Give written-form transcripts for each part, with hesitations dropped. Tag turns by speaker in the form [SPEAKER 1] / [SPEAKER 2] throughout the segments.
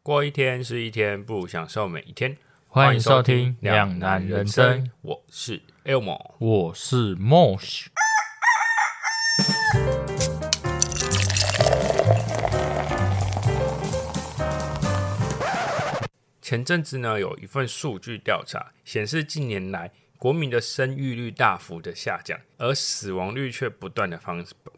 [SPEAKER 1] 过一天是一天，不如享受每一天。
[SPEAKER 2] 欢迎收听两难人生，
[SPEAKER 1] 我是 Elmo，
[SPEAKER 2] 我是 Mosh。
[SPEAKER 1] 前阵子呢，有一份数据调查显示，近年来国民的生育率大幅的下降，而死亡率却不断的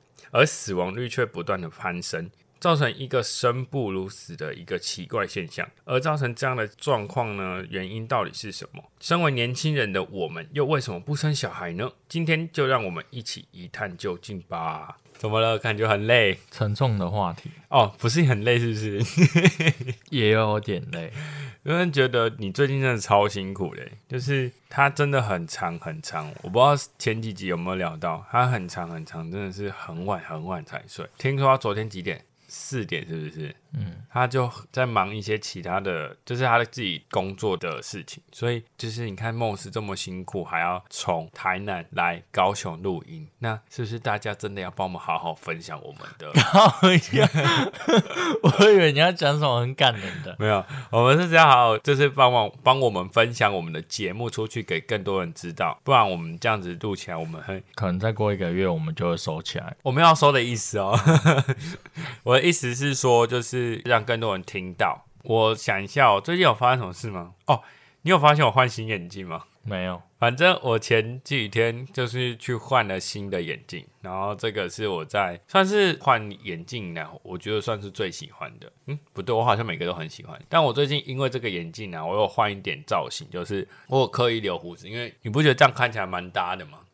[SPEAKER 1] 攀升，造成一个生不如死的一个奇怪现象。而造成这样的状况呢，原因到底是什么？身为年轻人的我们，又为什么不生小孩呢？今天就让我们一起一探究竟吧。怎么了？感觉很累，
[SPEAKER 2] 沉重的话题
[SPEAKER 1] 哦，不是很累是不是？
[SPEAKER 2] 也有点累，
[SPEAKER 1] 有人觉得你最近真的超辛苦的，就是它真的很长很长。我不知道前几集有没有聊到，它很长很长，真的是很晚很晚才睡。听说他昨天几点？4点是不是？他就在忙一些其他的，就是他自己工作的事情，所以就是你看梦是这么辛苦，还要从台南来高雄录音，那是不是大家真的要帮我们好好分享我们的？
[SPEAKER 2] 我以为你要讲什么很感人的，
[SPEAKER 1] 没有，我们是这样好好，就是帮我们分享我们的节目出去给更多人知道，不然我们这样子录起来，我们
[SPEAKER 2] 可能再过1个月我们就会收起来。
[SPEAKER 1] 我没有要收的意思哦，我的意思是说，就是让更多人听到。我想一下哦，最近有发生什么事吗？哦，你有发现我换新眼镜吗？
[SPEAKER 2] 没有，
[SPEAKER 1] 反正我前几天就是去换了新的眼镜，然后这个是我在算是换眼镜呢，我觉得算是最喜欢的。不对，我好像每个都很喜欢，但我最近因为这个眼镜呢，我有换一点造型，就是我有刻意留胡子，因为你不觉得这样看起来蛮搭的吗？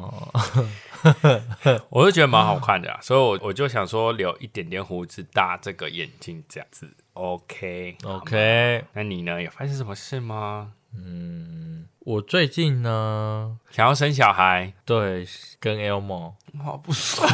[SPEAKER 1] 我就觉得蛮好看的啦，所以我就想说留一点点胡子搭这个眼镜这样子。OK， 那你呢？有发生什么事吗？
[SPEAKER 2] 我最近呢
[SPEAKER 1] 想要生小孩，
[SPEAKER 2] 对，跟 Elmo
[SPEAKER 1] 好不爽。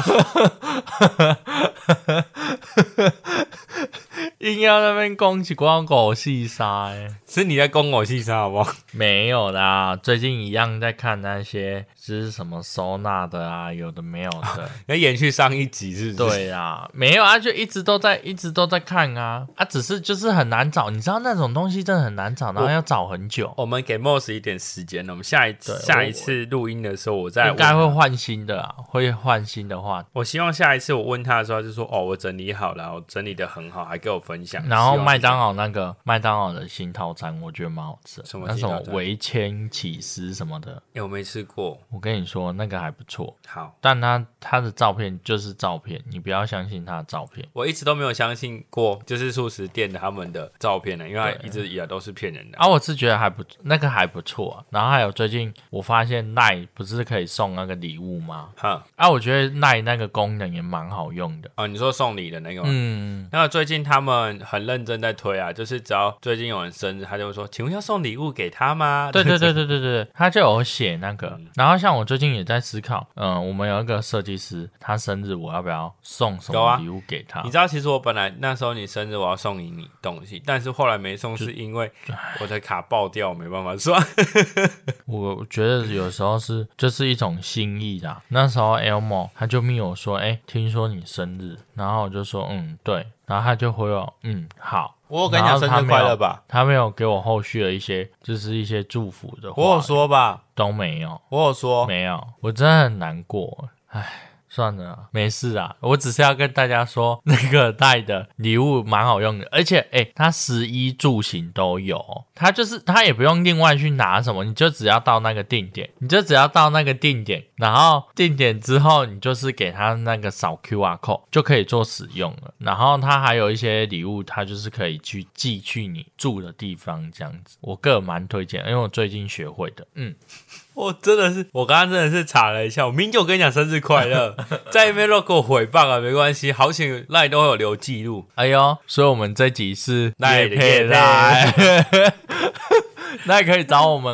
[SPEAKER 2] 硬要那边讲一寡狗戏杀
[SPEAKER 1] 是你在攻我戏杀好不好？
[SPEAKER 2] 没有啦，最近一样在看那些就是什么收纳的啊，有的没有的。
[SPEAKER 1] 要延续上一集是不是？
[SPEAKER 2] 对啊，没有啊，就一直都在看啊，只是就是很难找，你知道那种东西真的很难找，然后要找很久。
[SPEAKER 1] 我们给 Moss 一点时间了，我们下一次录音的时候，我再
[SPEAKER 2] 应该会换新的啊，会换新的话，
[SPEAKER 1] 我希望下一次我问他的时候，他就说我整理好了，我整理的很好，还给我分享。
[SPEAKER 2] 然后麦当劳的新套餐，我觉得蛮好吃的，
[SPEAKER 1] 什么
[SPEAKER 2] 那什么维千起司什么的，
[SPEAKER 1] 我没吃过。
[SPEAKER 2] 我跟你说那个还不错，
[SPEAKER 1] 好，
[SPEAKER 2] 但他的照片就是照片，你不要相信他的照片。
[SPEAKER 1] 我一直都没有相信过，就是素食店的他们的照片呢，因为他一直以来都是骗人的。
[SPEAKER 2] 我是觉得那个还不错啊。然后还有最近我发现赖不是可以送那个礼物吗？我觉得赖那个功能也蛮好用的。
[SPEAKER 1] 你说送礼的那个吗？那个最近他们很认真在推啊，就是只要最近有人生日，他就会说，请问要送礼物给他吗？
[SPEAKER 2] 对，他就有写那个。然后像我最近也在思考，我们有一个设计师，他生日我要不要送什么礼物给他？
[SPEAKER 1] 你知道其实我本来那时候你生日我要送你东西，但是后来没送，是因为我的卡爆掉，我没办法刷。
[SPEAKER 2] 我觉得有时候就是一种心意啦。那时候 Elmo 他就密我说，听说你生日，然后我就说对，然后他就回我好。
[SPEAKER 1] 我有跟你讲生日快乐吧？
[SPEAKER 2] 他没有给我后续的一些祝福的话。
[SPEAKER 1] 我有说吧？
[SPEAKER 2] 都没有。
[SPEAKER 1] 我有说
[SPEAKER 2] 没有，我真的很难过。算了，没事啊，我只是要跟大家说，那个带的礼物蛮好用的，而且它11住行都有，它也不用另外去拿什么，你就只要到那个定点，然后定点之后，你就是给他那个扫 QR code 就可以做使用了。然后它还有一些礼物，它就是可以去寄去你住的地方这样子，我个人蛮推荐，因为我最近学会的。
[SPEAKER 1] 我刚刚真的是查了一下，我明明就跟你讲生日快乐，在那边都给我诽谤啊，没关系，好险赖都会有留记录。
[SPEAKER 2] 所以我们这集是业配赖，那也可以找我们哦。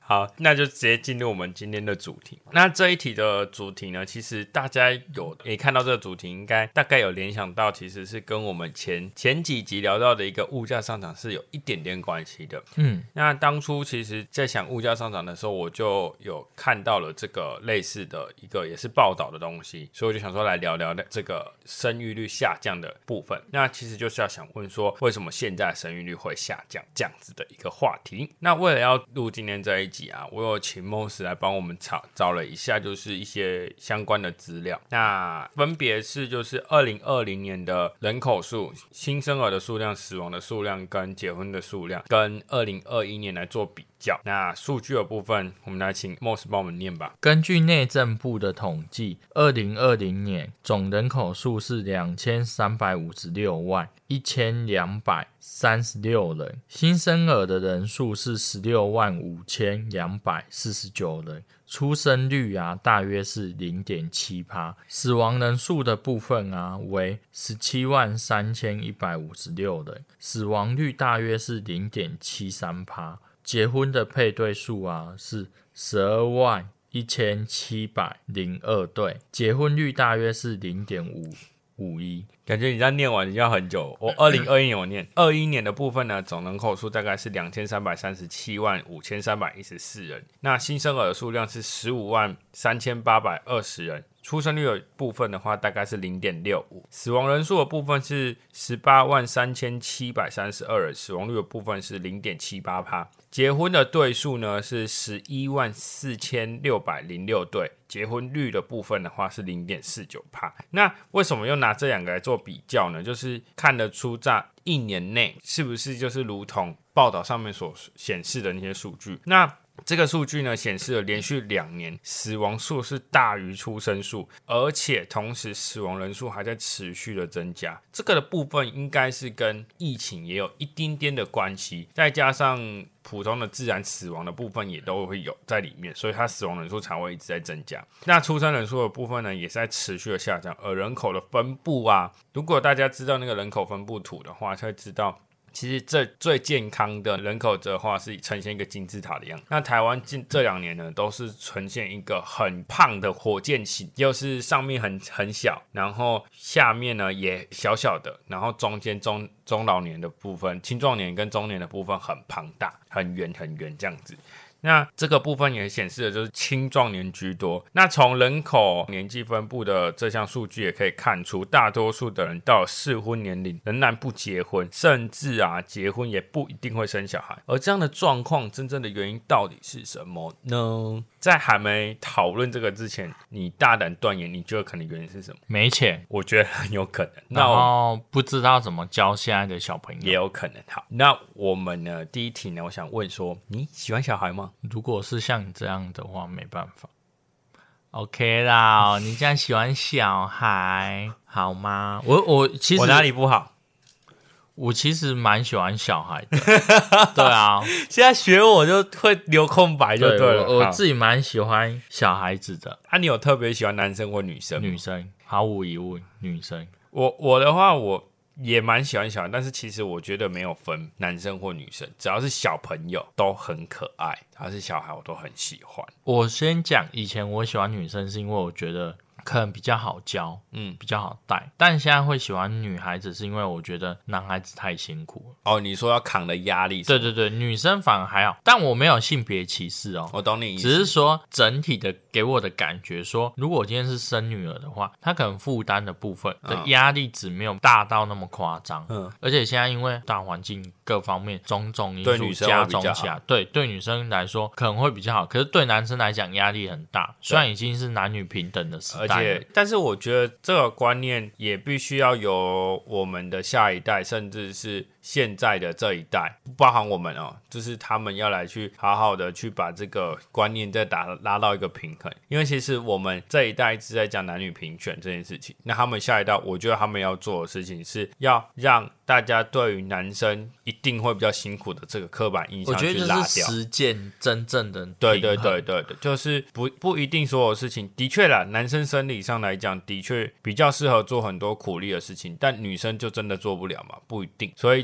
[SPEAKER 1] 好，那就直接进入我们今天的主题。那这一题的主题呢，其实大家也看到这个主题，应该大概有联想到，其实是跟我们前几集聊到的一个物价上涨是有一点点关系的。那当初其实在想物价上涨的时候，我就有看到了这个类似的一个也是报道的东西，所以我就想说来聊聊这个生育率下降的部分。那其实就是要想问说，为什么现在生育率会下降这样子的一个话题。那为了要录今天这一集啊，我有请 Moss 来帮我们找了一下，就是一些相关的资料。那分别是就是2020年的人口数、新生儿的数量、死亡的数量跟结婚的数量，跟2021年来做比较。那数据的部分，我们来请 Moss 帮我们念吧。
[SPEAKER 2] 根据内政部的统计，2020年总人口数是2356万1236人，新生儿的人数是16万5249人，出生率大约是 0.7%， 死亡人数的部分为17万3156人，死亡率大约是 0.73%， 结婚的配对数是12万1702对，结婚率大约是 0.51%。
[SPEAKER 1] 感觉你这样念完你要很久。我2021年我念21年的部分呢，总人口数大概是2337万5314人，那新生儿的数量是15万3820人，出生率的部分的话大概是 0.65， 死亡人数的部分是18万3732人，死亡率的部分是 0.78%， 结婚的对数呢是11万4606对，结婚率的部分的话是 0.49%。 那为什么又拿这两个来做比较呢？就是看得出在一年内是不是就是如同报道上面所显示的那些数据。那这个数据呢显示了连续2年死亡数是大于出生数，而且同时死亡人数还在持续的增加。这个的部分应该是跟疫情也有一丁点的关系，再加上普通的自然死亡的部分也都会有在里面，所以它死亡人数才会一直在增加。那出生人数的部分呢也是在持续的下降，而人口的分布如果大家知道那个人口分布图的话，才会知道其实这最健康的人口的话是呈现一个金字塔的样子。那台湾这2年呢都是呈现一个很胖的火箭型，就是上面很小，然后下面呢也小小的，然后中间中老年的部分、青壮年跟中年的部分很庞大，很圆这样子。那这个部分也显示的就是青壮年居多。那从人口年纪分布的这项数据也可以看出，大多数的人到了适婚年龄仍然不结婚，甚至结婚也不一定会生小孩。而这样的状况真正的原因到底是什么呢？在还没讨论这个之前，你大胆断言，你觉得可能原因是什么？
[SPEAKER 2] 没钱，
[SPEAKER 1] 我觉得很有可能。
[SPEAKER 2] 然后不知道怎么教现在的小朋友，
[SPEAKER 1] 也有可能。好，那我们呢第一题呢，我想问说，你喜欢小孩吗？
[SPEAKER 2] 如果是像你这样的话，没办法。OK 啦，你这样喜欢小孩好吗？我其实
[SPEAKER 1] 我哪里不好？
[SPEAKER 2] 我其实蛮喜欢小孩的。对啊，
[SPEAKER 1] 现在学我就会留空白就对了。
[SPEAKER 2] 我自己蛮喜欢小孩子的。
[SPEAKER 1] 你有特别喜欢男生或女生吗？
[SPEAKER 2] 女生，毫无疑问，女生。
[SPEAKER 1] 我的话，我也蛮喜欢小孩，但是其实我觉得没有分男生或女生，只要是小朋友都很可爱，只要是小孩我都很喜欢。
[SPEAKER 2] 我先讲，以前我喜欢女生是因为我觉得可能比较好教，比较好带。但现在会喜欢女孩子，是因为我觉得男孩子太辛苦了。
[SPEAKER 1] 哦，你说要扛的压力？
[SPEAKER 2] 对对对，女生反而还好，但我没有性别歧视哦。
[SPEAKER 1] 我懂你意思，
[SPEAKER 2] 只是说整体的给我的感觉说，如果我今天是生女儿的话，她可能负担的部分的压力值没有大到那么夸张。而且现在因为大环境各方面种种因素加重起来，对女生来说可能会比较好，可是对男生来讲压力很大。虽然已经是男女平等的时代了，
[SPEAKER 1] 但是我觉得这个观念也必须要由我们的下一代，甚至是现在的这一代，不包含我们就是他们要来去好好的去把这个观念再拉到一个平衡。因为其实我们这一代一直在讲男女平权这件事情，那他们下一代，我觉得他们要做的事情是要让大家对于男生一定会比较辛苦的这个刻板印象去拉掉。
[SPEAKER 2] 我觉得就是实践真正的平衡。
[SPEAKER 1] 对，就是不一定所有事情，的确啦，男生生理上来讲的确比较适合做很多苦力的事情，但女生就真的做不了嘛？不一定。所以就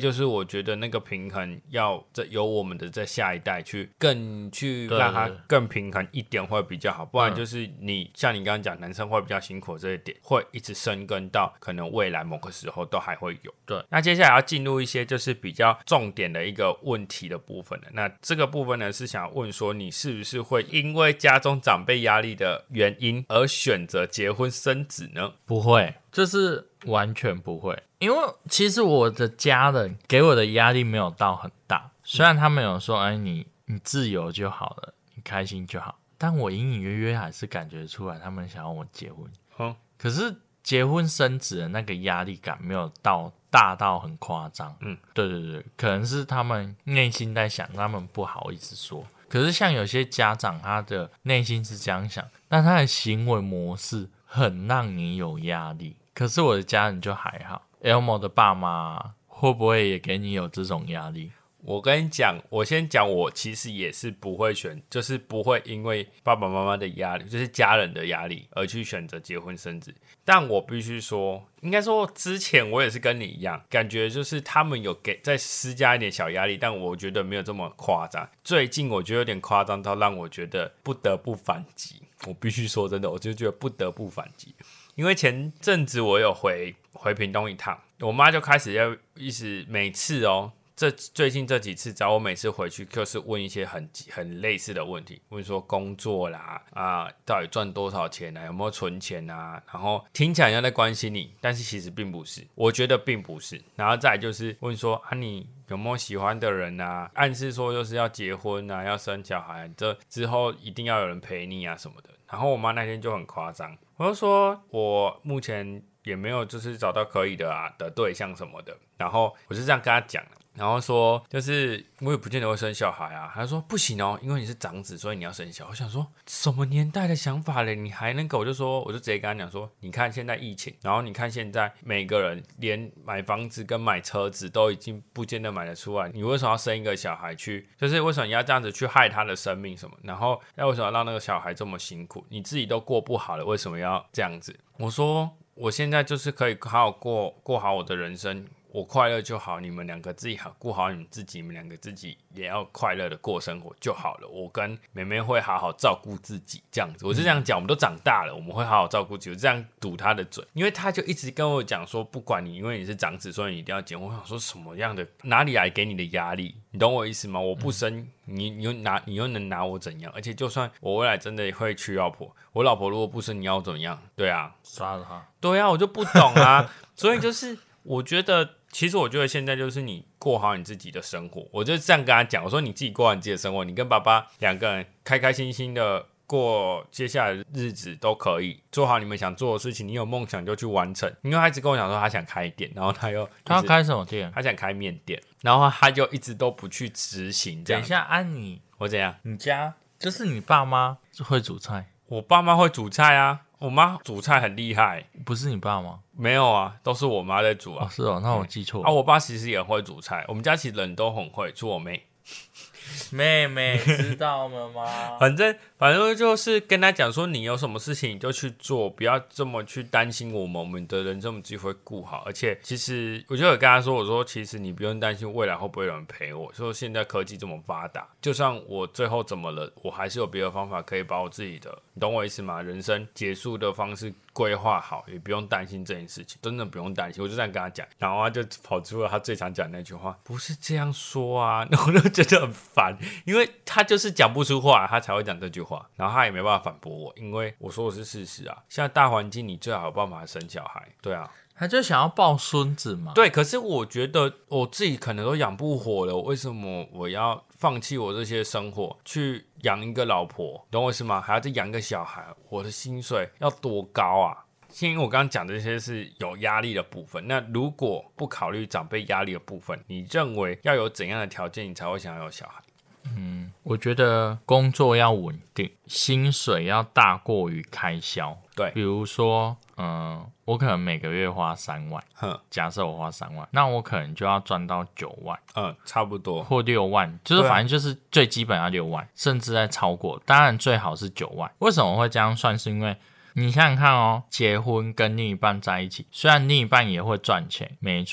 [SPEAKER 1] 就是我觉得那个平衡要由我们的在下一代去让它更平衡一点会比较好，不然就是像你刚刚讲男生会比较辛苦这一点会一直深耕到可能未来某个时候都还会有。
[SPEAKER 2] 对，
[SPEAKER 1] 那接下来要进入一些就是比较重点的一个问题的部分了。那这个部分呢是想问说，你是不是会因为家中长辈压力的原因而选择结婚生子呢？
[SPEAKER 2] 不会，就是完全不会，因为其实我的家人给我的压力没有到很大，虽然他们有说，哎，你自由就好了，你开心就好，但我隐隐约约还是感觉出来他们想要我结婚。可是结婚生子的那个压力感没有到大到很夸张。对对对，可能是他们内心在想，他们不好意思说。可是像有些家长，他的内心是这样想，但他的行为模式很让你有压力。可是我的家人就还好。Elmo 的爸妈会不会也给你有这种压力？
[SPEAKER 1] 我跟你讲，我先讲，我其实也是不会就是不会因为爸爸妈妈的压力，就是家人的压力而去选择结婚生子。但我必须说，应该说之前我也是跟你一样，感觉就是他们有再施加一点小压力，但我觉得没有这么夸张。最近我觉得有点夸张到让我觉得不得不反击。我必须说真的，我就觉得不得不反击。因为前阵子我有回屏东一趟，我妈就开始要一直每次最近这几次找我，每次回去就是问一些很类似的问题，问说工作啦到底赚多少钱啊，有没有存钱啊，然后听起来像在关心你，但是其实并不是，我觉得并不是。然后再来就是问说你有没有喜欢的人啊，暗示说就是要结婚啊，要生小孩，这之后一定要有人陪你啊什么的。然后我妈那天就很夸张，我就说我目前也没有就是找到可以的对象什么的，然后我就这样跟她讲，然后说就是我也不见得会生小孩啊，他说不行因为你是长子，所以你要生小孩。我想说什么年代的想法嘞，你还我就直接跟他讲说，你看现在疫情，然后你看现在每个人连买房子跟买车子都已经不见得买得出来，你为什么要生一个小孩就是为什么你要这样子去害他的生命什么，然后为什么要让那个小孩这么辛苦，你自己都过不好了，为什么要这样子？我说我现在就是可以好好过好我的人生，我快乐就好，你们两个自己顾好你们自己，你们两个自己也要快乐的过生活就好了。我跟妹妹会好好照顾自己，这样子，我是这样讲，我们都长大了，我们会好好照顾自己，我这样堵他的嘴，因为他就一直跟我讲说，不管你，因为你是长子，所以你一定要结婚。我想说什么样的，哪里来给你的压力？你懂我意思吗？我不生，你又能拿我怎样？而且就算我未来真的会娶老婆，我老婆如果不生，你要怎么样？对啊，
[SPEAKER 2] 杀了他。
[SPEAKER 1] 对啊，我就不懂啊。所以就是我觉得。其实我觉得现在就是你过好你自己的生活，我就这样跟他讲，我说你自己过好你自己的生活，你跟爸爸两个人开开心心的过接下来的日子都可以，做好你们想做的事情，你有梦想就去完成。因为他一直跟我讲说他想开店，然后他要
[SPEAKER 2] 开什么店？
[SPEAKER 1] 他想开面店，然后他就一直都不去执行。这样，
[SPEAKER 2] 等一下，
[SPEAKER 1] 我怎样？
[SPEAKER 2] 你家就是你爸妈会煮菜？
[SPEAKER 1] 我爸妈会煮菜啊。我妈煮菜很厉害。
[SPEAKER 2] 不是你爸吗？
[SPEAKER 1] 没有啊，都是我妈在煮啊。
[SPEAKER 2] 是那我记错了。
[SPEAKER 1] 我爸其实也会煮菜，我们家其实人都很会，除我妹。
[SPEAKER 2] 妹妹知道了吗？
[SPEAKER 1] 反正就是跟他讲说，你有什么事情你就去做，不要这么去担心我们的人生，我们自己会顾好。而且其实我就有跟他说，我说其实你不用担心未来会不会有人陪我，说现在科技这么发达，就算我最后怎么了，我还是有别的方法可以把我自己的，你懂我意思吗？人生结束的方式规划好，也不用担心这件事情，真的不用担心。我就这样跟他讲，然后他就跑出了他最常讲的那句话，不是这样说啊。那我就觉得很烦，因为他就是讲不出话，他才会讲这句话，然后他也没办法反驳我，因为我说的是事实啊。现在大环境你最好有办法生小孩，对啊，
[SPEAKER 2] 他就想要抱孙子嘛。
[SPEAKER 1] 对，可是我觉得我自己可能都养不活了，为什么我要放弃我这些生活去养一个老婆，懂我意思吗？还要再养一个小孩，我的薪水要多高啊？因为我刚刚讲的这些是有压力的部分，那如果不考虑长辈压力的部分，你认为要有怎样的条件你才会想要有小孩？
[SPEAKER 2] 我觉得工作要稳定，薪水要大过于开销。
[SPEAKER 1] 对，
[SPEAKER 2] 比如说我可能每个月花3万，假设我花3万，那我可能就要赚到9万，
[SPEAKER 1] 差不多，
[SPEAKER 2] 或6万，就是反正就是最基本要6万，甚至再超过，当然最好是9万。为什么会这样算？是因为你想想看结婚跟另一半在一起，虽然另一半也会赚钱，没错，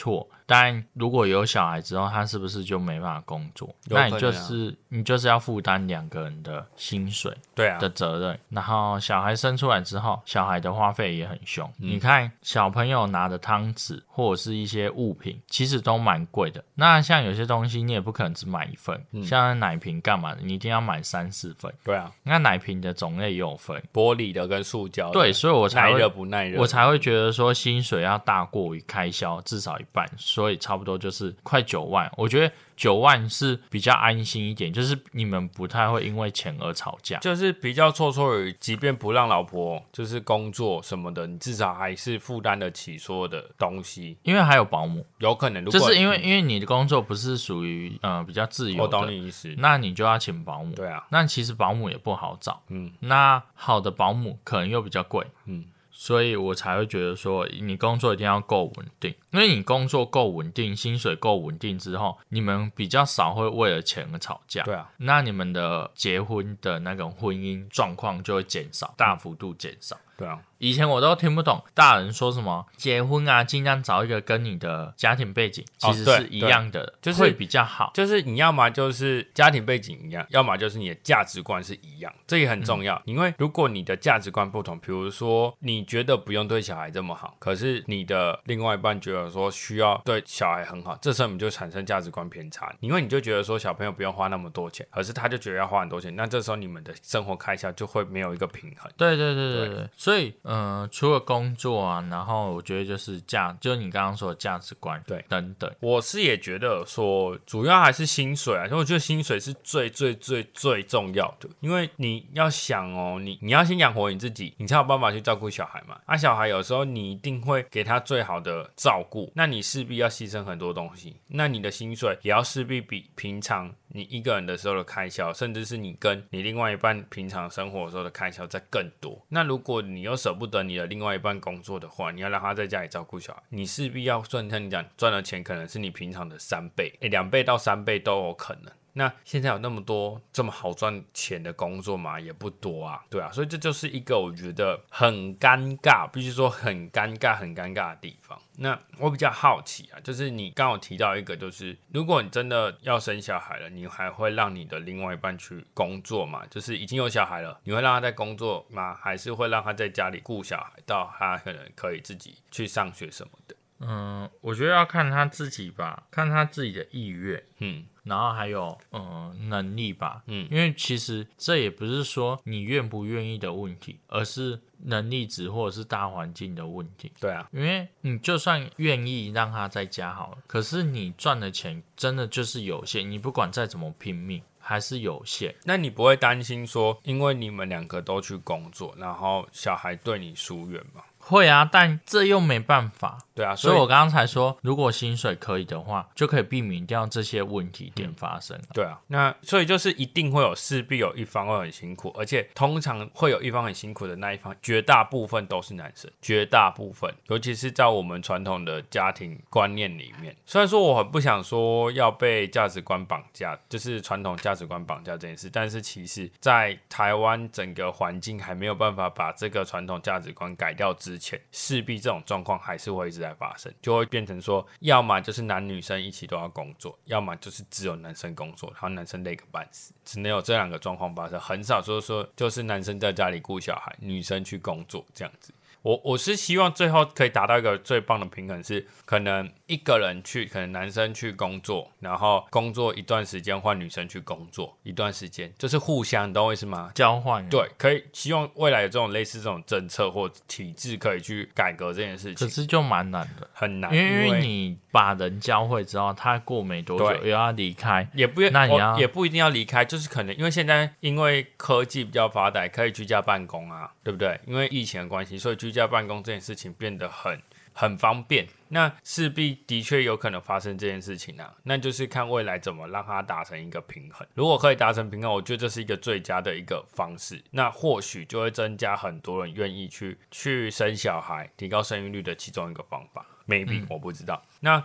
[SPEAKER 2] 但如果有小孩之后，他是不是就没办法工作？那你就是要负担2个人的薪水的责任。然后小孩生出来之后，小孩的花费也很凶。你看小朋友拿的汤匙或者是一些物品，其实都蛮贵的。那像有些东西你也不可能只买1份，像奶瓶干嘛的，你一定要买3、4份。
[SPEAKER 1] 对啊，
[SPEAKER 2] 那奶瓶的种类也有分，
[SPEAKER 1] 玻璃的跟塑胶的。
[SPEAKER 2] 对，所以我才会
[SPEAKER 1] 耐热不耐热，
[SPEAKER 2] 我才会觉得说薪水要大过于开销至少1半，所以差不多就是快9万。我觉得9万是比较安心一点，就是你们不太会因为钱而吵架，
[SPEAKER 1] 就是比较绰绰于，即便不让老婆就是工作什么的，你至少还是负担得起所有的东西，
[SPEAKER 2] 因为还有保姆，
[SPEAKER 1] 有可能如果
[SPEAKER 2] 就是因为你的工作不是属于比较自由的，
[SPEAKER 1] 我懂你意思，
[SPEAKER 2] 那你就要请保姆，
[SPEAKER 1] 对啊，
[SPEAKER 2] 那其实保姆也不好找，那好的保姆可能又比较贵，所以我才会觉得说，你工作一定要够稳定，因为你工作够稳定，薪水够稳定之后，你们比较少会为了钱而吵架。
[SPEAKER 1] 对啊，
[SPEAKER 2] 那你们的结婚的那种婚姻状况就会减少，大幅度减少。
[SPEAKER 1] 对啊，
[SPEAKER 2] 以前我都听不懂大人说什么结婚啊，尽量找一个跟你的家庭背景其实是一样的，就是会比较好。
[SPEAKER 1] 就是你要么就是家庭背景一样，要么就是你的价值观是一样，这也很重要。因为如果你的价值观不同，比如说你觉得不用对小孩这么好，可是你的另外一半觉得说需要对小孩很好，这时候你就产生价值观偏差，因为你就觉得说小朋友不用花那么多钱，可是他就觉得要花很多钱，那这时候你们的生活开销就会没有一个平衡。
[SPEAKER 2] 对，所以除了工作啊，然后我觉得就是就是你刚刚说的价值观，
[SPEAKER 1] 对，
[SPEAKER 2] 等等。
[SPEAKER 1] 我是也觉得说，主要还是薪水啊，因为我觉得薪水是最重要的，因为你要想哦，你要先养活你自己，你才有办法去照顾小孩嘛。小孩有时候你一定会给他最好的照顾，那你势必要牺牲很多东西，那你的薪水也要势必比平常你一个人的时候的开销，甚至是你跟你另外一半平常生活的时候的开销再更多。那如果你又舍不得你的另外一半工作的话，你要让他在家里照顾小孩，你势必要像你讲赚的钱可能是你平常的3倍，2倍到3倍都有可能。那现在有那么多这么好赚钱的工作嘛，也不多啊，对啊，所以这就是一个我觉得很尴尬，必须说很尴尬的地方。那我比较好奇啊，就是你刚好提到一个，就是如果你真的要生小孩了，你还会让你的另外一半去工作吗？就是已经有小孩了，你会让他在工作吗？还是会让他在家里顾小孩，到他可能可以自己去上学什么的？
[SPEAKER 2] 我觉得要看他自己吧，看他自己的意愿，然后还有能力吧，因为其实这也不是说你愿不愿意的问题，而是能力值或者是大环境的问题。
[SPEAKER 1] 对啊，
[SPEAKER 2] 因为你就算愿意让他在家好了，可是你赚的钱真的就是有限，你不管再怎么拼命还是有限。
[SPEAKER 1] 那你不会担心说，因为你们2个都去工作，然后小孩对你疏远吗？
[SPEAKER 2] 会啊，但这又没办法。
[SPEAKER 1] 对啊，
[SPEAKER 2] 所以我刚刚才说，如果薪水可以的话，就可以避免掉这些问题点发生。
[SPEAKER 1] 对啊，那所以就是一定会有，势必有一方会很辛苦，而且通常会有一方很辛苦的那一方，绝大部分都是男生，绝大部分，尤其是在我们传统的家庭观念里面。虽然说我很不想说要被价值观绑架，就是传统价值观绑架这件事，但是其实在台湾整个环境还没有办法把这个传统价值观改掉之前，势必这种状况还是会一直在发生，就会变成说，要么就是男女生一起都要工作，要么就是只有男生工作，然后男生累个半死，只能有这2个状况发生，很少说就是男生在家里顾小孩，女生去工作这样子。我是希望最后可以达到一个最棒的平衡，是可能一个人去，可能男生去工作，然后工作一段时间换女生去工作一段时间，就是互相，你懂我意思吗？
[SPEAKER 2] 交换。
[SPEAKER 1] 对，可以希望未来有这种类似这种政策或体制可以去改革这件事情。
[SPEAKER 2] 可是就蛮难的，
[SPEAKER 1] 很难，
[SPEAKER 2] 因为你把人教会之后，他过没多久又要离开，那你
[SPEAKER 1] 也不一定要离开，就是可能因为现在因为科技比较发达，可以居家办公啊，对不对？因为疫情的关系，所以居家办公这件事情变得很方便，那势必的确有可能发生这件事情啊，那就是看未来怎么让它达成一个平衡。如果可以达成平衡，我觉得这是一个最佳的一个方式，那或许就会增加很多人愿意去生小孩，提高生育率的其中一个方法 ，maybe、我不知道。那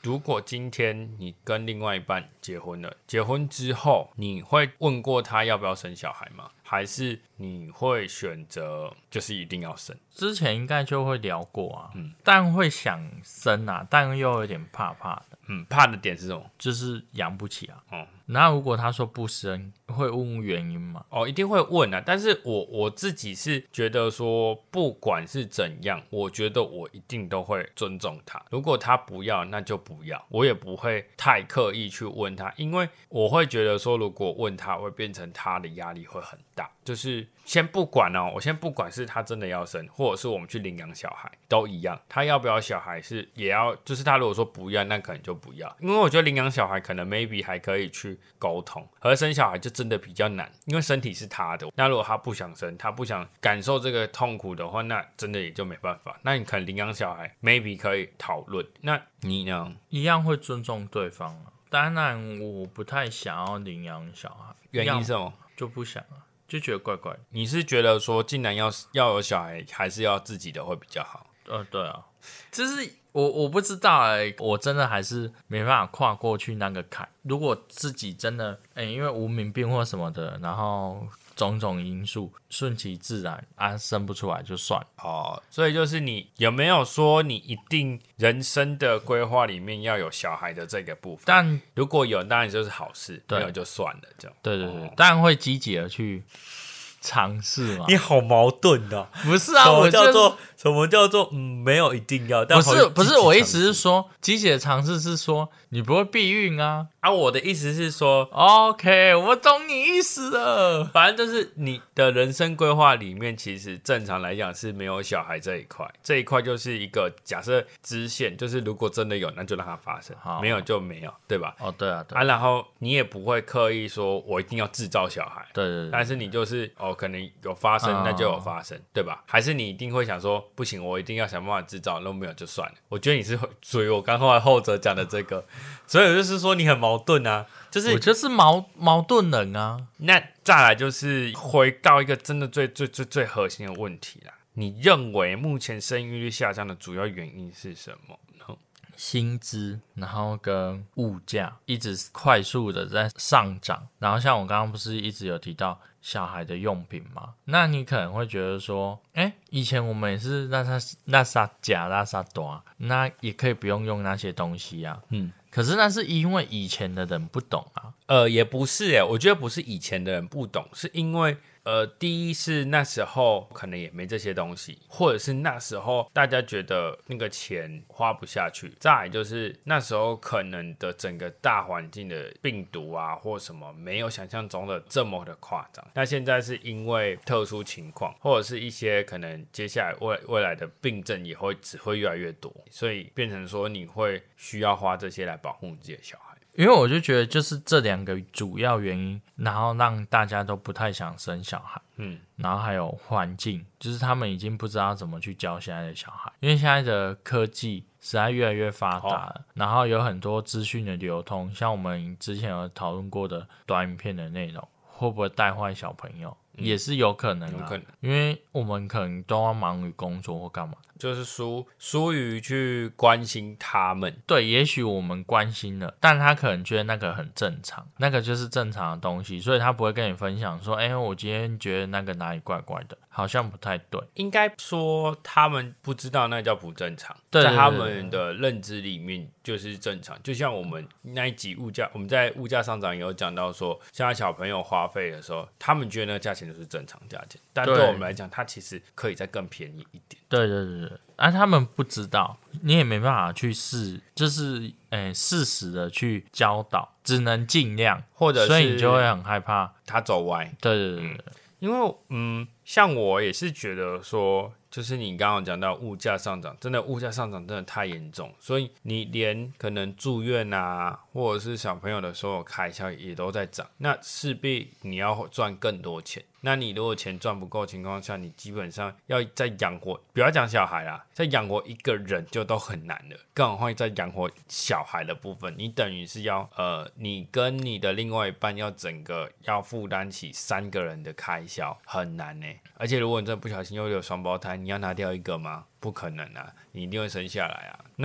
[SPEAKER 1] 如果今天你跟另外一半结婚了，结婚之后你会问过他要不要生小孩吗？还是你会选择就是一定要生？
[SPEAKER 2] 之前应该就会聊过啊，但会想生啊，但又有点怕的。
[SPEAKER 1] 怕的点是什么？
[SPEAKER 2] 就是养不起啊。那如果他说不生，会问原因吗？
[SPEAKER 1] 一定会问啊。但是我自己是觉得说，不管是怎样，我觉得我一定都会尊重他。如果他不要，那就不要，我也不会太刻意去问他，因为我会觉得说，如果问他，会变成他的压力会很大。就是先不管哦，我先不管是他真的要生，或者是我们去领养小孩，都一样。他要不要小孩是也要，就是他如果说不要，那可能就不要。因为我觉得领养小孩可能 maybe 还可以去沟通，而生小孩就真的比较难，因为身体是他的。那如果他不想生，他不想感受这个痛苦的话，那真的也就没办法。那你可能领养小孩 maybe 可以讨论。那你呢？
[SPEAKER 2] 一样会尊重对方啊。当然，我不太想要领养小孩，
[SPEAKER 1] 原因是什么？
[SPEAKER 2] 就不想啊。就觉得怪怪的。
[SPEAKER 1] 你是觉得说，既然要有小孩，还是要自己的会比较好？
[SPEAKER 2] 对啊，就是我不知道我真的还是没办法跨过去那个坎。如果自己真的因为无名病或什么的，然后种种因素顺其自然生不出来就算了。
[SPEAKER 1] 所以就是你有没有说你一定人生的规划里面要有小孩的这个部分？但如果有，当然就是好事；没有就算了，这样。
[SPEAKER 2] 对，当然会积极的去尝试嘛。
[SPEAKER 1] 你好矛盾哦。
[SPEAKER 2] 不是啊，
[SPEAKER 1] 什么叫做没有一定要？但
[SPEAKER 2] 不是，我意思是说，积极的尝试是说你不会避孕啊。
[SPEAKER 1] 我的意思是说
[SPEAKER 2] ，OK， 我懂你意思了。
[SPEAKER 1] 反正就是你的人生规划里面，其实正常来讲是没有小孩这一块，这一块就是一个假设支线，就是如果真的有，那就让它发生，没有就没有，对吧？
[SPEAKER 2] 对啊，
[SPEAKER 1] 然后你也不会刻意说我一定要制造小孩，
[SPEAKER 2] 对，
[SPEAKER 1] 但是你就是可能有发生，那就有发生，对吧？还是你一定会想说，不行，我一定要想办法制造，那没有就算了。我觉得你是属于我刚后者讲的这个，所以就是说你很矛盾啊。就是
[SPEAKER 2] 我就是矛盾人啊。
[SPEAKER 1] 那再来就是回到一个真的最核心的问题啦。你认为目前生育率下降的主要原因是什么呢？
[SPEAKER 2] 薪资，然后跟物价一直快速的在上涨。然后像我刚刚不是一直有提到小孩的用品吗？那你可能会觉得说，以前我们也是那啥假那啥多，那也可以不用那些东西啊。可是那是因为以前的人不懂啊。
[SPEAKER 1] 也不是我觉得不是以前的人不懂，是因为第一是那时候可能也没这些东西，或者是那时候大家觉得那个钱花不下去，再来就是那时候可能的整个大环境的病毒啊或什么没有想象中的这么的夸张。那现在是因为特殊情况，或者是一些可能接下来未来的病症也只会越来越多，所以变成说你会需要花这些来保护你自己的小孩。
[SPEAKER 2] 因为我就觉得就是这两个主要原因，然后让大家都不太想生小孩。然后还有环境，就是他们已经不知道怎么去教现在的小孩，因为现在的科技实在越来越发达了，然后有很多资讯的流通，像我们之前有讨论过的短影片的内容，会不会带坏小朋友？也是有可能啊，因为我们可能都要忙于工作或干嘛，
[SPEAKER 1] 就是疏于去关心他们。
[SPEAKER 2] 对，也许我们关心了，但他可能觉得那个很正常，那个就是正常的东西，所以他不会跟你分享说，我今天觉得那个哪里怪怪的，好像不太对。
[SPEAKER 1] 应该说他们不知道那叫不正常，
[SPEAKER 2] 对，
[SPEAKER 1] 在他们的认知里面就是正常。就像我们那一集我们在物价上涨也有讲到说，现在小朋友花费的时候，他们觉得那个价钱就是正常价钱，但对我们来讲，它其实可以再更便宜一点。
[SPEAKER 2] 对，他们不知道，你也没办法去就是适时的去教导，只能尽量，
[SPEAKER 1] 或者是
[SPEAKER 2] 所以你就会很害怕
[SPEAKER 1] 他走歪。
[SPEAKER 2] 对，
[SPEAKER 1] 因为像我也是觉得说，就是你刚刚讲到物价上涨，真的物价上涨真的太严重，所以你连可能住院啊，或者是小朋友的所有开销也都在涨，那势必你要赚更多钱。那你如果钱赚不够的情况下，你基本上要再养活，不要讲小孩啦，再养活一个人就都很难了，更何况再养活小孩的部分，你等于是要你跟你的另外一半要整个要负担起3个人的开销，很难欸。而且如果你真的不小心又有双胞胎，你要拿掉一个吗？不可能啊，你一定会生下来啊。那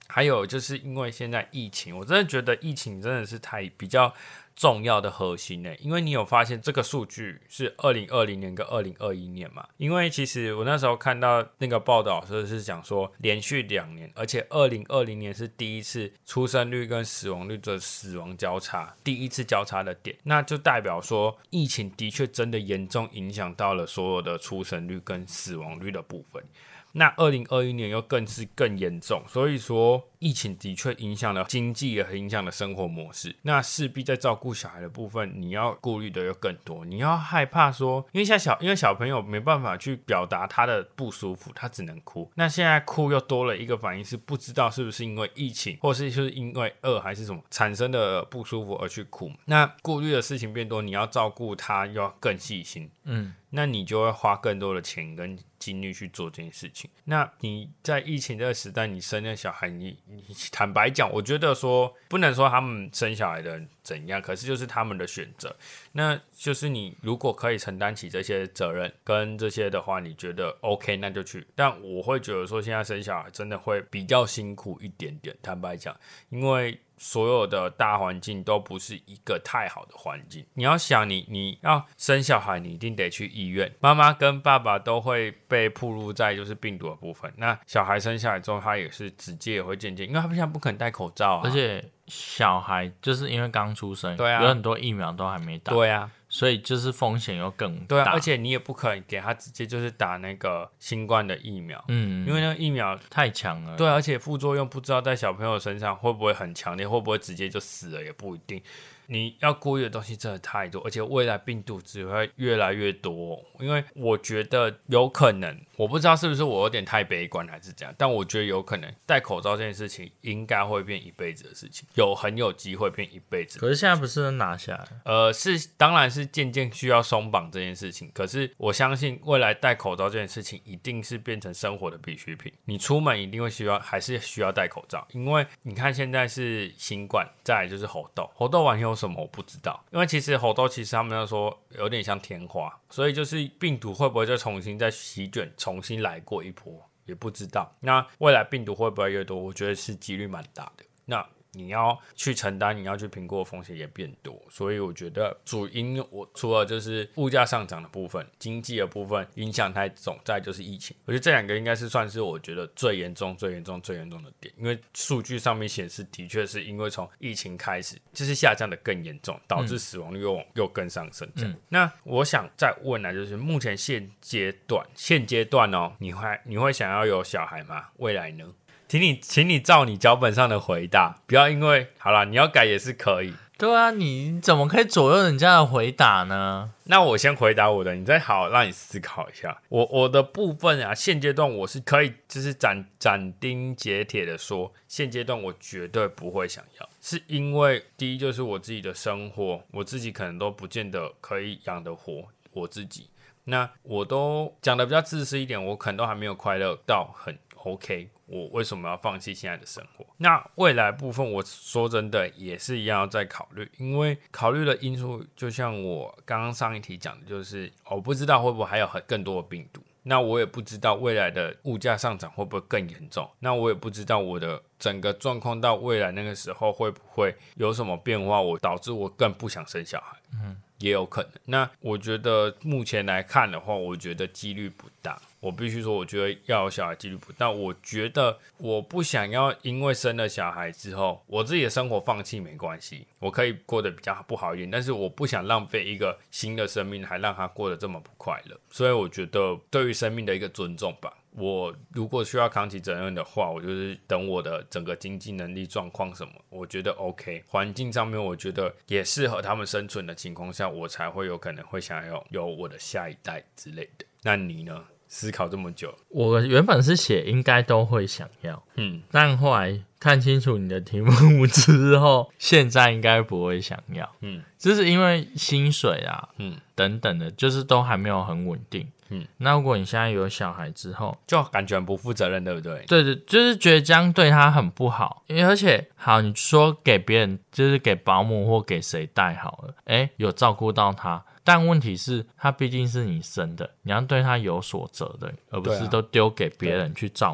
[SPEAKER 1] 还有就是因为现在疫情，我真的觉得疫情真的是比较重要的核心因为你有发现这个数据是2020年跟2021年嘛？因为其实我那时候看到那个报道是讲说连续2年，而且2020年是第一次出生率跟死亡率的死亡交叉，第一次交叉的点，那就代表说疫情的确真的严重影响到了所有的出生率跟死亡率的部分。那2021年又更严重，所以说疫情的确影响了经济，也影响了生活模式。那势必在照顾小孩的部分，你要顾虑的又更多。你要害怕说，因为小朋友没办法去表达他的不舒服，他只能哭。那现在哭又多了一个反应是不知道是不是因为疫情，或是就是因为饿还是什么产生的不舒服而去哭。那顾虑的事情变多，你要照顾他又要更细心。那你就会花更多的钱跟精力去做这件事情。那你在疫情这个时代，你生了小孩，你坦白讲，我觉得说不能说他们生小孩的人怎样，可是就是他们的选择。那就是你如果可以承担起这些责任跟这些的话，你觉得 OK 那就去。但我会觉得说现在生小孩真的会比较辛苦一点点，坦白讲，因为所有的大环境都不是一个太好的环境。你要想你要生小孩，你一定得去医院，妈妈跟爸爸都会被暴露在就是病毒的部分。那小孩生下来之后，他也是直接也会渐渐，因为他现在不可能戴口罩啊，
[SPEAKER 2] 而且小孩就是因为刚出生，
[SPEAKER 1] 对啊，
[SPEAKER 2] 有很多疫苗都还没打，
[SPEAKER 1] 对啊，
[SPEAKER 2] 所以就是风险又更大。
[SPEAKER 1] 对啊，而且你也不可以给他直接就是打那个新冠的疫苗，因为那个疫苗
[SPEAKER 2] 太强了。
[SPEAKER 1] 对，而且副作用不知道在小朋友身上会不会很强烈，会不会直接就死了也不一定。你要顾虑的东西真的太多，而且未来病毒只会越来越多因为我觉得有可能，我不知道是不是我有点太悲观还是怎样，但我觉得有可能戴口罩这件事情应该会变一辈子的事情，很有机会变一辈子。
[SPEAKER 2] 可是现在不是拿下来？
[SPEAKER 1] 当然是渐渐需要松绑这件事情，可是我相信未来戴口罩这件事情一定是变成生活的必需品，你出门一定会还是需要戴口罩，因为你看现在是新冠，再来就是猴痘完有什么我不知道，因为其实猴痘其实他们要说有点像天花，所以就是病毒会不会再重新再席卷，重新来过一波也不知道。那未来病毒会不会越多，我觉得是几率蛮大的。那你要去承担，你要去评估的风险也变多，所以我觉得主因我除了就是物价上涨的部分，经济的部分影响太重，再来就是疫情。我觉得这两个应该是算是我觉得最严重的点，因为数据上面显示的确是因为从疫情开始就是下降的更严重，导致死亡率又更上升。那我想再问就是目前现阶段你会想要有小孩吗？未来呢？请你照你脚本上的回答，不要因为好啦，你要改也是可以。
[SPEAKER 2] 对啊，你怎么可以左右人家的回答呢？
[SPEAKER 1] 那我先回答我的，你再好让你思考一下。我的部分啊，现阶段我是可以就是斩钉截铁的说，现阶段我绝对不会想要，是因为第一就是我自己的生活，我自己可能都不见得可以养得活我自己。那我都讲的比较自私一点，我可能都还没有快乐到很 OK， 我为什么要放弃现在的生活？那未来部分我说真的也是一样要再考虑，因为考虑的因素就像我刚刚上一题讲的，就是我不知道会不会还有更多的病毒，那我也不知道未来的物价上涨会不会更严重，那我也不知道我的整个状况到未来那个时候会不会有什么变化，导致我更不想生小孩。也有可能。那我觉得目前来看的话，我觉得几率不大。我必须说，我觉得要有小孩几率不大。我觉得我不想要因为生了小孩之后，我自己的生活放弃没关系，我可以过得比较不好一点，但是我不想浪费一个新的生命，还让他过得这么不快乐。所以我觉得对于生命的一个尊重吧。我如果需要扛起责任的话，我就是等我的整个经济能力状况什么，我觉得 OK， 环境上面我觉得也适合他们生存的情况下，我才会有可能会想要有我的下一代之类的。那你呢？思考这么久，
[SPEAKER 2] 我原本是写应该都会想要，但后来看清楚你的题目之后，现在应该不会想要，就是因为薪水啊，等等的，就是都还没有很稳定。那如果你现在有小孩之后，
[SPEAKER 1] 就感觉很不负责任，对不对？
[SPEAKER 2] 对对，就是觉得这样对他很不好。因为而且好，你说给别人，就是给保姆或给谁带好了，有照顾到他，但问题是他毕竟是你生的，你要对他有所责任，而不是都丢给别人去照顾。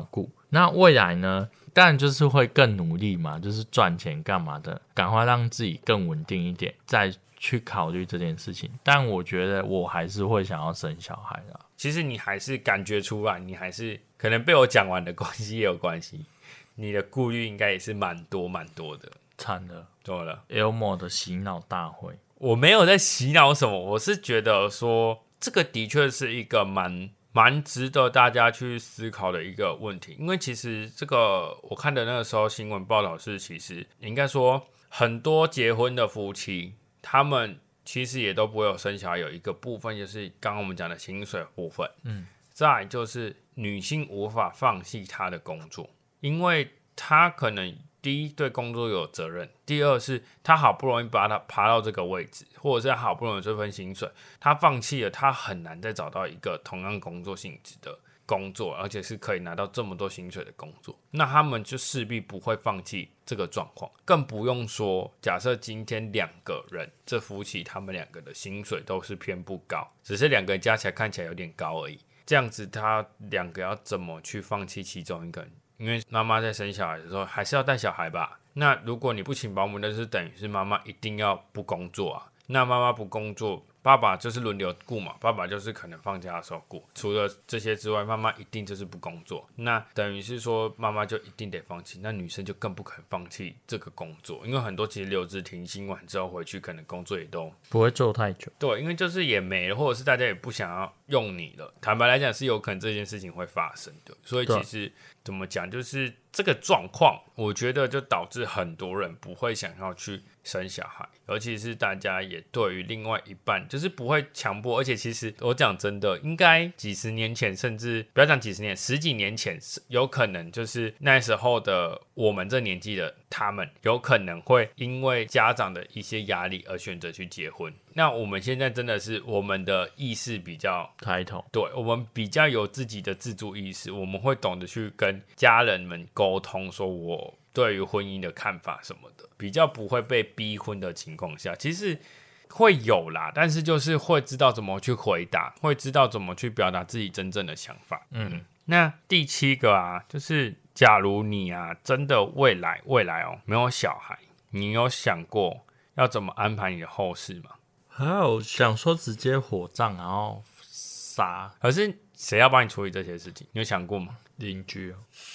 [SPEAKER 2] 那未来呢？当然就是会更努力嘛，就是赚钱干嘛的，赶快让自己更稳定一点，再去考虑这件事情。但我觉得我还是会想要生小孩啦。
[SPEAKER 1] 其实你还是感觉出来，你还是可能被我讲完的关系也有关系，你的顾虑应该也是蛮多的。
[SPEAKER 2] 惨了，
[SPEAKER 1] 对了
[SPEAKER 2] Elmo 的洗脑大会，
[SPEAKER 1] 我没有在洗脑什么，我是觉得说这个的确是一个蛮值得大家去思考的一个问题，因为其实这个我看的那个时候新闻报道是，其实应该说很多结婚的夫妻，他们其实也都不会有生小孩，有一个部分就是刚刚我们讲的薪水部分，再来就是女性无法放弃她的工作，因为她可能第一对工作有责任，第二是她好不容易把她爬到这个位置，或者是她好不容易有这份薪水，她放弃了，她很难再找到一个同样工作性质的工作，而且是可以拿到这么多薪水的工作，那他们就势必不会放弃这个状况，更不用说假设今天两个人，这夫妻他们两个的薪水都是偏不高，只是两个人加起来看起来有点高而已，这样子他两个要怎么去放弃其中一个人？因为妈妈在生小孩的时候还是要带小孩吧，那如果你不请保姆，那就是等于是妈妈一定要不工作啊，那妈妈不工作，爸爸就是轮流顾嘛，爸爸就是可能放假的时候顾，除了这些之外，妈妈一定就是不工作，那等于是说妈妈就一定得放弃，那女生就更不可能放弃这个工作，因为很多其实留职停薪完之后回去，可能工作也都
[SPEAKER 2] 不会做太久。
[SPEAKER 1] 对，因为就是也没了，或者是大家也不想要用你了，坦白来讲是有可能这件事情会发生的，所以其实怎么讲，就是这个状况，我觉得就导致很多人不会想要去生小孩，尤其是大家也对于另外一半就是不会强迫，而且其实我讲真的，应该几十年前，甚至不要讲几十年，十几年前，有可能就是那时候的我们这年纪的他们，有可能会因为家长的一些压力而选择去结婚。那我们现在真的是我们的意识比较
[SPEAKER 2] 抬头，
[SPEAKER 1] 对，我们比较有自己的自主意识，我们会懂得去跟家人们沟通，说我对于婚姻的看法什么的，比较不会被逼婚的情况下，其实会有啦，但是就是会知道怎么去回答，会知道怎么去表达自己真正的想法。那第7个啊，就是假如你啊真的未来哦没有小孩，你有想过要怎么安排你的后事吗？
[SPEAKER 2] 还有想说直接火葬然后杀，
[SPEAKER 1] 可是谁要帮你处理这些事情？你有想过吗？
[SPEAKER 2] 邻居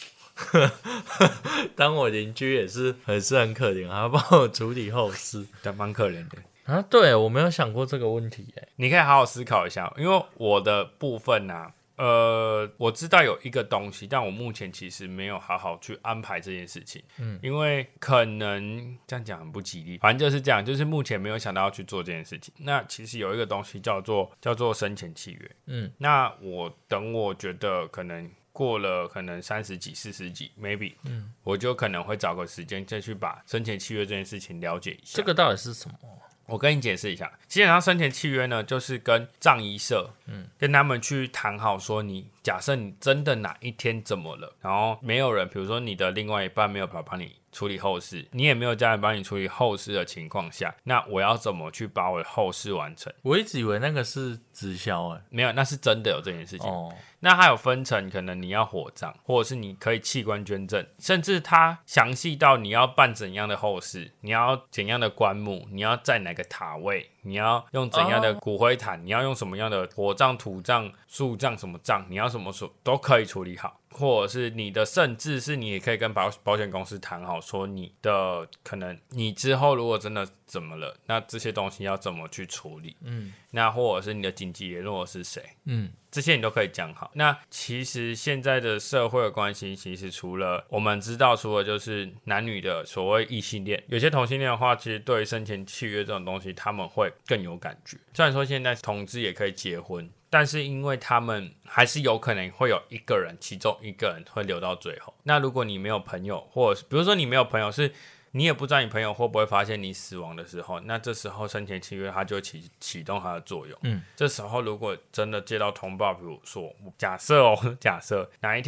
[SPEAKER 2] 当我邻居也是很可怜，还要帮我处理后事，
[SPEAKER 1] 蛮可怜的
[SPEAKER 2] 啊。对，我没有想过这个问题耶。
[SPEAKER 1] 你可以好好思考一下，因为我的部分啊，我知道有一个东西，但我目前其实没有好好去安排这件事情，因为可能这样讲很不吉利，反正就是这样，就是目前没有想到要去做这件事情。那其实有一个东西叫做生前契约，那我觉得可能过了可能30几40几 maybe，我就可能会找个时间再去把生前契约这件事情了解一下。
[SPEAKER 2] 这个到底是什么？
[SPEAKER 1] 我跟你解释一下，基本上生前契约呢，就是跟葬仪社，跟他们去谈好说，你假设你真的哪一天怎么了，然后没有人，比如说你的另外一半没有办法帮你处理后事，你也没有家人帮你处理后事的情况下，那我要怎么去把我的后事完成？
[SPEAKER 2] 我一直以为那个是直销
[SPEAKER 1] 没有，那是真的有这件事情。
[SPEAKER 2] 哦，
[SPEAKER 1] 那还有分成，可能你要火葬，或者是你可以器官捐赠，甚至它详细到你要办怎样的后事，你要怎样的棺木，你要在哪个塔位，你要用怎样的骨灰坛，你要用什么样的火葬、土葬、树葬什么葬，你要什么都可以处理好。或者是你的，甚至是你也可以跟保险公司谈好，说你的可能你之后如果真的怎么了，那这些东西要怎么去处理？那或者是你的紧急联络是谁？这些你都可以讲好。那其实现在的社会的关系，其实除了我们知道，除了就是男女的所谓异性恋，有些同性恋的话，其实对于生前契约这种东西，他们会更有感觉。虽然说现在同志也可以结婚，但是因为他们还是有可能会有一个人，其中一个人会留到最后。那如果你没有朋友，或者是比如说你没有朋友，是你也不知道你朋友会不会发现你死亡的时候，那这时候生前契约它就会启动它的作用。这时候如果真的接到通报，比如说假设哪一天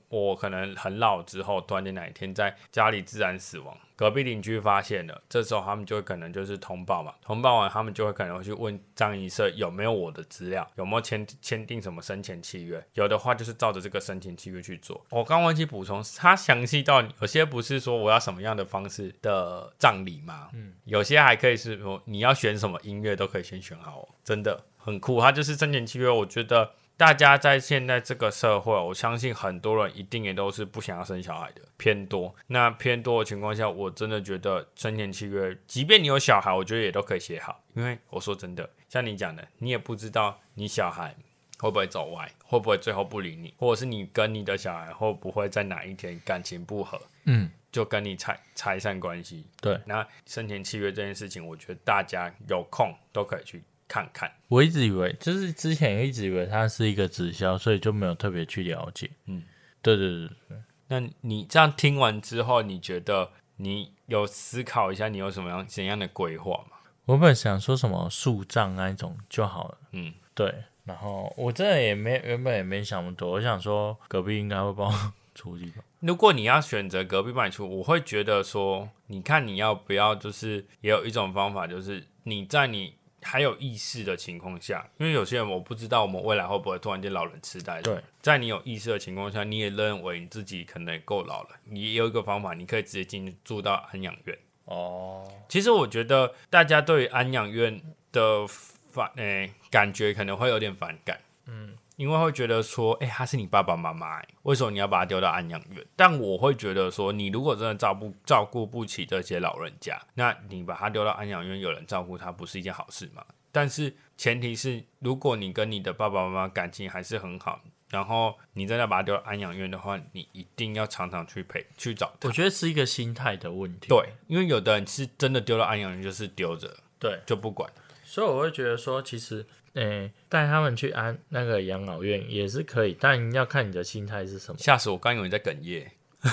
[SPEAKER 1] 我可能很老之后，突然间哪一天在家里自然死亡，隔壁邻居发现了，这时候他们就会可能就是通报嘛，通报完他们就会可能会去问葬仪社有没有我的资料，有没有签订什么生前契约，有的话就是照着这个生前契约去做。我刚忘记补充，他详细到有些不是说我要什么样的方式的葬礼嘛，有些还可以是说你要选什么音乐都可以先选好真的很酷。他就是生前契约，我觉得大家在现在这个社会，我相信很多人一定也都是不想要生小孩的，偏多。那偏多的情况下，我真的觉得生前契约，即便你有小孩，我觉得也都可以写好。因为我说真的，像你讲的，你也不知道你小孩会不会走歪，会不会最后不理你，或者是你跟你的小孩会不会在哪一天感情不合，就跟你拆散关系。
[SPEAKER 2] 对，
[SPEAKER 1] 那生前契约这件事情，我觉得大家有空都可以去看看。
[SPEAKER 2] 我一直以为，就是之前也一直以为它是一个直销，所以就没有特别去了解。对。
[SPEAKER 1] 那你这样听完之后，你觉得你有思考一下，你有什么怎样的规划吗？
[SPEAKER 2] 我本想说什么树葬那一种就好了。对。然后我真的原本也没想那么多，我想说隔壁应该会帮我处理吧。
[SPEAKER 1] 如果你要选择隔壁帮你出，我会觉得说，你看你要不要，就是也有一种方法，就是你在你还有意识的情况下，因为有些人我不知道我们未来会不会突然间老人痴呆。
[SPEAKER 2] 对，
[SPEAKER 1] 在你有意识的情况下，你也认为你自己可能也够老了，你也有一个方法，你可以直接住到安养院。其实我觉得大家对于安养院的感觉可能会有点反感。因为会觉得说，他是你爸爸妈妈，为什么你要把他丢到安养院？但我会觉得说，你如果真的照顾不起这些老人家，那你把他丢到安养院，有人照顾他，不是一件好事吗？但是前提是，如果你跟你的爸爸妈妈感情还是很好，然后你真的把他丢到安养院的话，你一定要常常去找他。
[SPEAKER 2] 我觉得是一个心态的问题。
[SPEAKER 1] 对，因为有的人是真的丢到安养院就是丢着，
[SPEAKER 2] 对，
[SPEAKER 1] 就不管。
[SPEAKER 2] 所以我会觉得说，其实带他们去那个养老院也是可以，但要看你的心态是什么。
[SPEAKER 1] 吓死我！刚以为你在哽咽。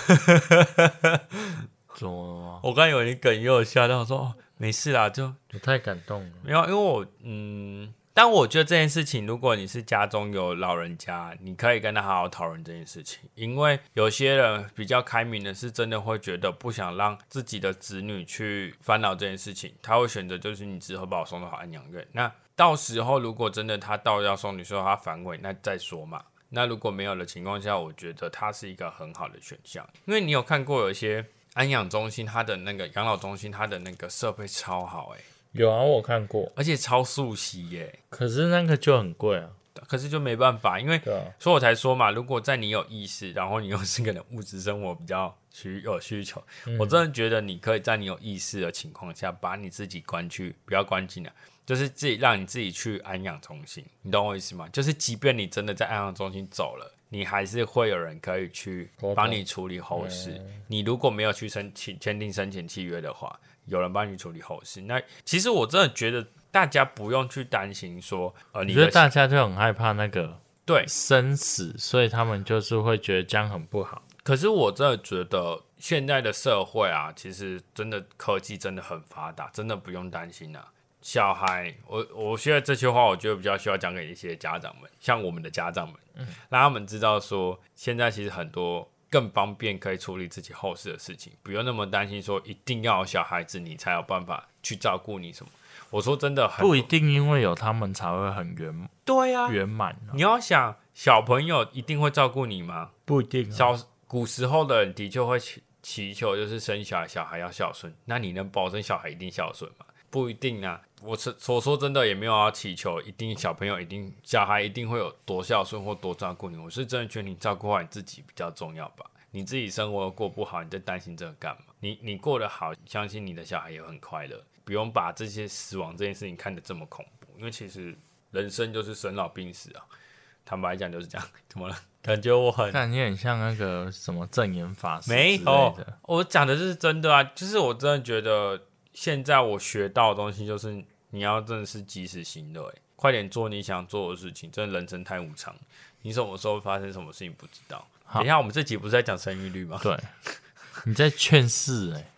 [SPEAKER 2] 怎么了吗？
[SPEAKER 1] 我刚以为你哽咽，我吓到，我说没事啦，就
[SPEAKER 2] 我太感动了。
[SPEAKER 1] 没有，因为我但我觉得这件事情，如果你是家中有老人家，你可以跟他好好讨论这件事情。因为有些人比较开明的是，真的会觉得不想让自己的子女去烦恼这件事情，他会选择就是你之后把我送到安养院。那到时候如果真的他到要送你说他反悔，那再说嘛。那如果没有的情况下，我觉得它是一个很好的选项。因为你有看过有一些安养中心，它的那个养老中心，它的那个设备超好
[SPEAKER 2] 有啊，我看过，
[SPEAKER 1] 而且超熟悉耶。
[SPEAKER 2] 可是那个就很贵啊。
[SPEAKER 1] 可是就没办法，因为所以我才说嘛，如果在你有意识，然后你又是个人物质生活比较有需求，我真的觉得你可以在你有意识的情况下，把你自己关去，不要关进来，就是让你自己去安养中心，你懂我意思吗？就是即便你真的在安养中心走了，你还是会有人可以去帮你处理后事。你如果没有去签订生前契约的话，有人帮你处理后事。那其实我真的觉得大家不用去担心说，
[SPEAKER 2] 我觉得大家就很害怕那个
[SPEAKER 1] 对
[SPEAKER 2] 生死，所以他们就是会觉得这样很不好。
[SPEAKER 1] 可是我真的觉得现在的社会啊，其实真的科技真的很发达，真的不用担心啊。小孩，我觉得这句话，我觉得比较需要讲给一些家长们，像我们的家长们，让他们知道说，现在其实很多更方便可以处理自己后事的事情，不用那么担心说一定要有小孩子你才有办法去照顾你什么。我说真的
[SPEAKER 2] 不一定，因为有他们才会很圆满。
[SPEAKER 1] 你要想小朋友一定会照顾你吗？
[SPEAKER 2] 不一定。
[SPEAKER 1] 古时候的人的确会祈求，就是生小孩要孝顺。那你能保证小孩一定孝顺吗？不一定啊。我说真的也没有要祈求一定小孩一定会有多孝顺或多照顾你。我是真的觉得你照顾好你自己比较重要吧。你自己生活过不好，你在担心这个干嘛？你过得好，相信你的小孩也很快乐。不用把这些死亡这件事情看得这么恐怖，因为其实人生就是生老病死啊。坦白讲就是这样。怎么了？感觉我
[SPEAKER 2] 感觉很像那个什么证言法师之
[SPEAKER 1] 类
[SPEAKER 2] 的。没有，
[SPEAKER 1] 我讲的是真的啊。就是我真的觉得现在我学到的东西就是你要真的是及时行乐，快点做你想做的事情。真的人生太无常，你什么时候发生什么事情不知道。等一下，我们这集不是在讲生育率吗？
[SPEAKER 2] 对，你在劝世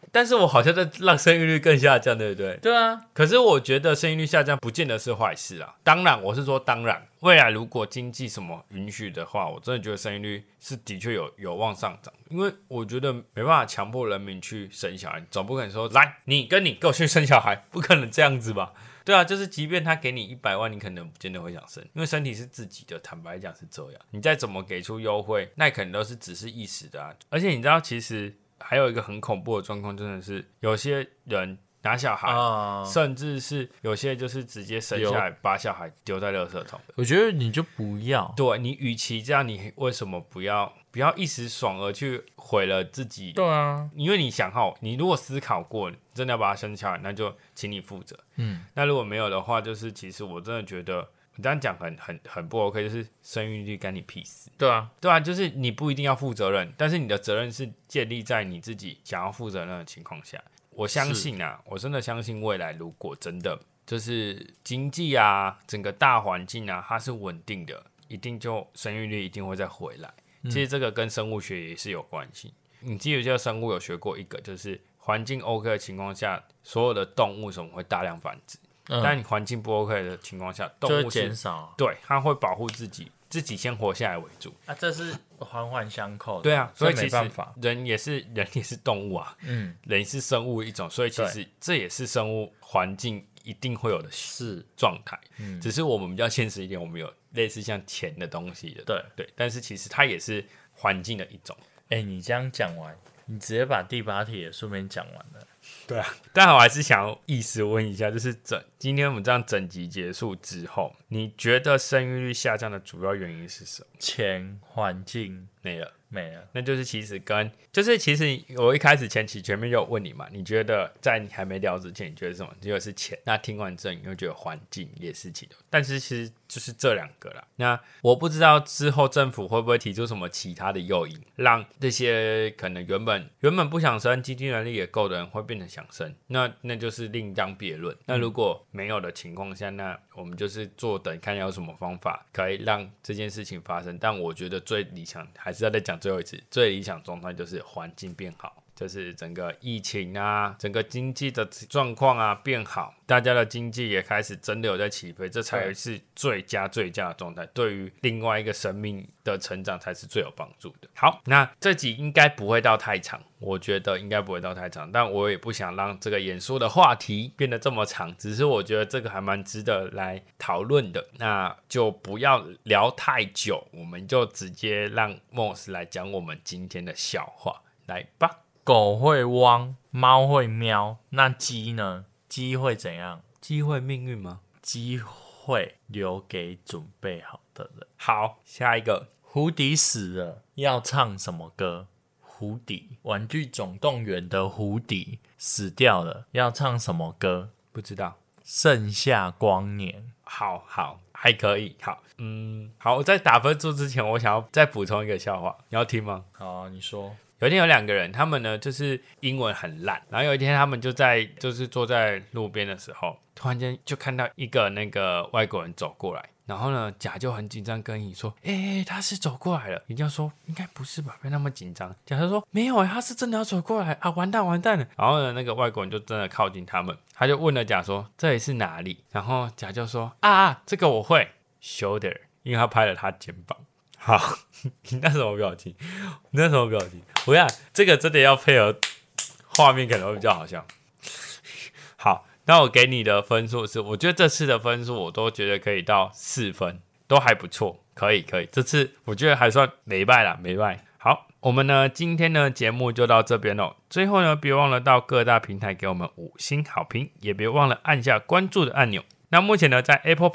[SPEAKER 1] 但是我好像在让生育率更下降，对不对？
[SPEAKER 2] 对啊，
[SPEAKER 1] 可是我觉得生育率下降不见得是坏事啊。当然，我是说当然，未来如果经济什么允许的话，我真的觉得生育率是的确有望上涨。因为我觉得没办法强迫人民去生小孩，总不可能说来你跟你给我去生小孩，不可能这样子吧？对啊，就是即便他给你100万，你可能不见得会想生，因为身体是自己的，坦白讲是这样。你再怎么给出优惠，那可能都是只是一时的啊。而且你知道，其实还有一个很恐怖的状况，真的是有些人拿小孩，甚至是有些就是直接生下来把小孩丢在垃圾桶的。
[SPEAKER 2] 我觉得你就不要。
[SPEAKER 1] 对，你与其这样，你为什么不要一时爽而去毁了自己？
[SPEAKER 2] 对啊，
[SPEAKER 1] 因为你想好，你如果思考过，真的要把他生下来，那就请你负责。那如果没有的话，就是其实我真的觉得你这样讲很不 OK， 就是生育率干你屁事。
[SPEAKER 2] 对啊，
[SPEAKER 1] 对啊，就是你不一定要负责任，但是你的责任是建立在你自己想要负责任的情况下。我相信啊，我真的相信未来如果真的就是经济啊，整个大环境啊，它是稳定的，一定就生育率一定会再回来。其实这个跟生物学也是有关系。你记得生物有学过一个，就是环境 OK 的情况下，所有的动物什么会大量繁殖，但你环境不 OK 的情况下，动物
[SPEAKER 2] 就减少。
[SPEAKER 1] 对，它会保护自己先活下来为主。
[SPEAKER 2] 这是环环相扣的。
[SPEAKER 1] 对啊，所以其实
[SPEAKER 2] 没办法，
[SPEAKER 1] 人也是动物啊，人是生物一种，所以其实这也是生物环境一定会有的状态。只是我们比较现实一点，我们有类似像钱的东西的，对，但是其实它也是环境的一种。
[SPEAKER 2] 你这样讲完，你直接把第8题也顺便讲完了。
[SPEAKER 1] 对啊，但我还是想要意思问一下，就是今天我们这样整集结束之后，你觉得生育率下降的主要原因是什么？
[SPEAKER 2] 钱、环境
[SPEAKER 1] 没了。
[SPEAKER 2] 那
[SPEAKER 1] 就是其实我一开始前面就有问你嘛，你觉得在你还没聊之前，你觉得什么？结果是钱。那听完之后，你会觉得环境也是其中，但是其实就是这2个啦。那我不知道之后政府会不会提出什么其他的诱因，让这些可能原本不想生、经济能力也够的人会变成想生，那就是另当别论。那如果没有的情况下，那我们就是坐等看有什么方法可以让这件事情发生。但我觉得最理想还是要再讲最后一次，最理想状态就是环境变好，就是整个疫情啊，整个经济的状况啊变好，大家的经济也开始真的有在起飞，这才是最佳的状态，对于另外一个生命的成长才是最有帮助的。好，那这集应该不会到太长，我觉得应该不会到太长，但我也不想让这个严肃的话题变得这么长，只是我觉得这个还蛮值得来讨论的，那就不要聊太久，我们就直接让 Moss 来讲我们今天的笑话，来吧。
[SPEAKER 2] 狗会汪，猫会喵，那鸡呢？鸡会怎样？
[SPEAKER 1] 鸡会命运吗？
[SPEAKER 2] 鸡会留给准备好的人。
[SPEAKER 1] 好，下一个。
[SPEAKER 2] 胡迪死了，要唱什么歌？胡迪，玩具总动员的胡迪死掉了，要唱什么歌？
[SPEAKER 1] 不知道。
[SPEAKER 2] 盛夏光年。
[SPEAKER 1] 好，还可以。好，我在打分数之前，我想要再补充一个笑话，你要听吗？
[SPEAKER 2] 好，你说。
[SPEAKER 1] 有一天有2个人，他们呢就是英文很烂，然后有一天他们就是坐在路边的时候，突然间就看到一个那个外国人走过来，然后呢甲就很紧张跟乙说，他是走过来了。乙就说应该不是吧，别那么紧张。甲就说没有他是真的要走过来啊，完蛋了。然后呢那个外国人就真的靠近他们，他就问了甲说这里是哪里，然后甲就说这个我会 shoulder， 因为他拍了他肩膀。好，你那什么表情？我想这个真的要配合画面，可能会比较好笑。好，那我给你的分数是，我觉得这次的分数我都觉得可以到4分，都还不错，可以。这次我觉得还算没败啦，没败。好，我们呢今天的节目就到这边咯。最后呢，别忘了到各大平台给我们5星好评，也别忘了按下关注的按钮。那目前呢，在 Apple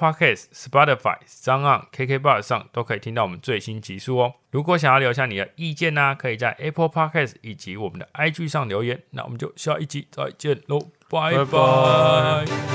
[SPEAKER 1] Podcast、Spotify、SoundOn、KKBOX 上都可以听到我们最新集数哦。如果想要留下你的意见呢，可以在 Apple Podcast 以及我们的 IG 上留言。那我们就下一集再见喽，拜拜。